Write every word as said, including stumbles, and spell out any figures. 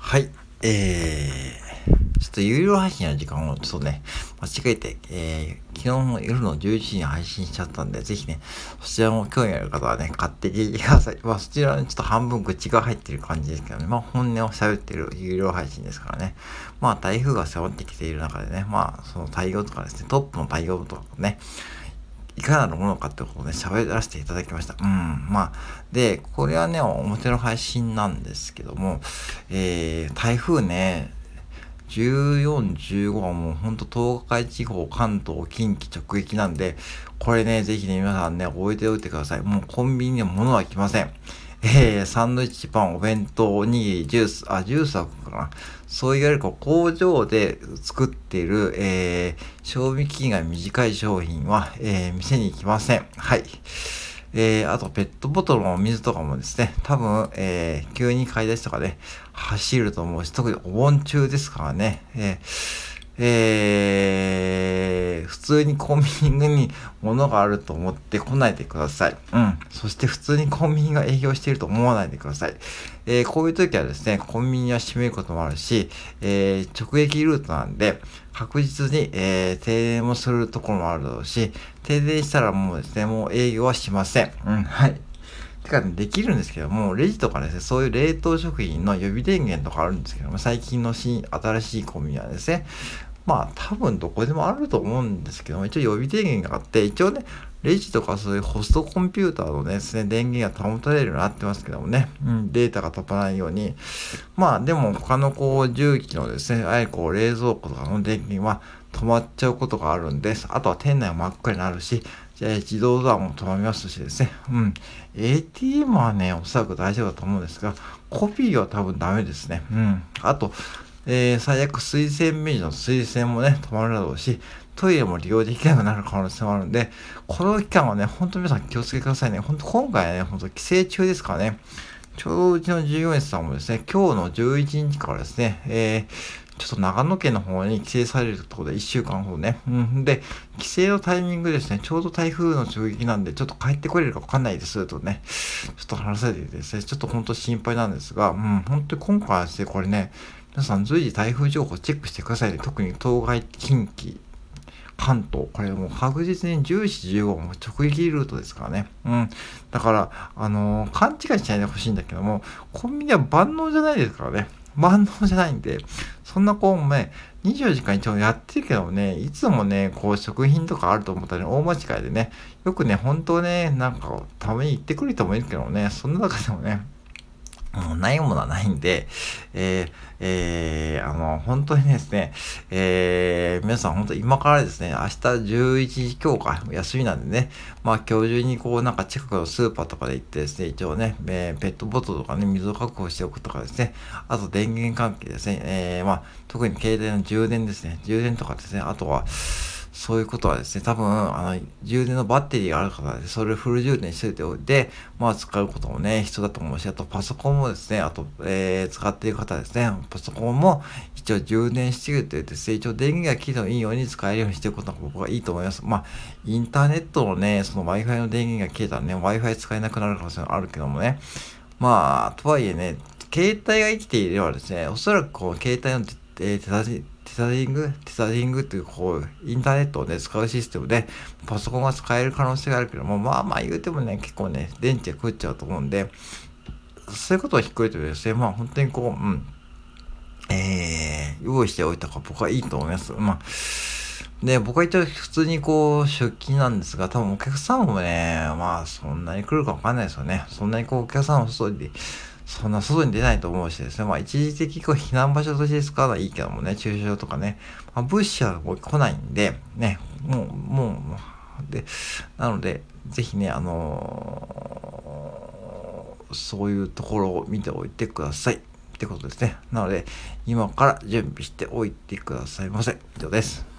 はい。えー、ちょっと有料配信の時間をちょっとね、間違えて、えー、昨日の夜のじゅういちじに配信しちゃったんで、ぜひね、そちらも興味ある方はね、買って聞いてください。まあ、そちらはね、ちょっと半分口が入ってる感じですけどね、まあ、本音を喋ってる有料配信ですからね。まあ、台風が迫ってきている中でね、まあ、その対応とかですね、トップの対応とかね、いかなるものかってことをね、喋らせていただきました。うん。まあ、で、これはね、表の配信なんですけども、えー、台風ね、じゅうよん、じゅうごはもうほんと東海地方、関東、近畿直撃なんで、これね、ぜひね、皆さんね、覚えておいてください。もうコンビニには物は来ません。えー、サンドイッチ、パン、お弁当、おにぎり、ジュース、あ、ジュースは来るかな。そういわゆるこう工場で作っている、えー、賞味期限が短い商品は、えー、店に来ません。はい。えー、あとペットボトルのお水とかもですね、多分、えー、急に買い出しとかで走ると思うし、特にお盆中ですからね、えーえー、普通にコンビニに物があると思って来ないでください。うん。そして普通にコンビニが営業していると思わないでください。えー、こういう時はですね、コンビニは閉めることもあるし、えー、直撃ルートなんで、確実に、えー、停電もするところもあるだろうし、停電したらもうですね、もう営業はしません。うん、はい。てか、ね、できるんですけども、レジとかですね、そういう冷凍食品の予備電源とかあるんですけども、最近の新、新しいコンビニはですね、まあ多分どこでもあると思うんですけども、一応予備電源があって、一応ね、レジとかそういうホストコンピューターのですね、電源が保たれるようになってますけどもね、うん、データが飛ばないように、まあでも他のこう重機のですね、ああいうこう冷蔵庫とかの電源は止まっちゃうことがあるんです。あとは店内も真っ暗になるし、えー自動ドアも止まりますしですね。うん。エーティーエム はね、おそらく大丈夫だと思うんですが、コピーは多分ダメですね。うん。あと、えー、最悪水洗メニューの水洗もね、止まるだろうし、トイレも利用できなくなる可能性もあるんで、この期間はね、ほんと皆さん気をつけてくださいね。ほんと今回はね、ほんと帰省中ですからね。ちょうどうちの従業員さんもですね、今日のじゅういちにちからですね、えー、ちょっと長野県の方に帰省されるところでいっしゅうかんほどね。うん。で、帰省のタイミングですね、ちょうど台風の直撃なんで、ちょっと帰ってこれるかわかんないですとね、ちょっと話されてですね、ちょっと本当心配なんですが、うん、本当に今回はですね、これね、皆さん随時台風情報チェックしてくださいね。特に東海、近畿、関東。これもう確実にじゅうよん、じゅうごも直撃ルートですからね。うん。だから、あのー勘違いしないでほしいんだけども、コンビニは万能じゃないですからね。万能じゃないんで、そんなこうね、にじゅうよじかん一応やってるけどね、いつもね、こう食品とかあると思ったら、ね、大間違いでね、よくね、本当ね、なんか、ために行ってくる人もいるけどね、そんな中でもね、もうないものはないんで、えー、えー、あの、本当にですね、えー、皆さん本当今からですね、明日じゅういちじ、今日か、休みなんでね、まあ今日中にこうなんか近くのスーパーとかで行ってですね、一応ね、えーペットボトルとかね、水を確保しておくとかですね、あと電源関係ですね、えー、まあ特に携帯の充電ですね、充電とかですね、あとは、そういうことはですね、多分、あの、充電のバッテリーがある方で、それをフル充電しておいておいて、まあ、使うこともね、必要だと思うし、あと、パソコンもですね、あと、えー、使っている方ですね、パソコンも一応充電しておいてですね、一応電源が切れてもいいように使えるようにしておくことが僕はいいと思います。まあ、インターネットのね、その Wi-Fi の電源が切れたらね、Wi-Fi 使えなくなる可能性もあるけどもね、まあ、とはいえね、携帯が生きていればですね、おそらくこう、携帯の、えー、手立てテザリングテザリングっていう、こう、インターネットをね、使うシステムで、パソコンが使える可能性があるけども、まあまあ言うてもね、結構ね、電池が食っちゃうと思うんで、そういうことをひっくりとですね、まあ本当にこう、うん、えー、用意しておいた方が僕はいいと思います。まあ、で、僕は一応普通にこう、出勤なんですが、多分お客さんもね、まあそんなに来るかわかんないですよね。そんなにこう、お客さんも外に、そんな外に出ないと思うしですね。まあ一時的こう避難場所として使うのはいいけどもね、駐車場とかね。まあ物資はもう来ないんで、ね、もう、もう、もうで、なので、ぜひね、あのーそういうところを見ておいてください。ってことですね。なので、今から準備しておいてくださいませ。以上です。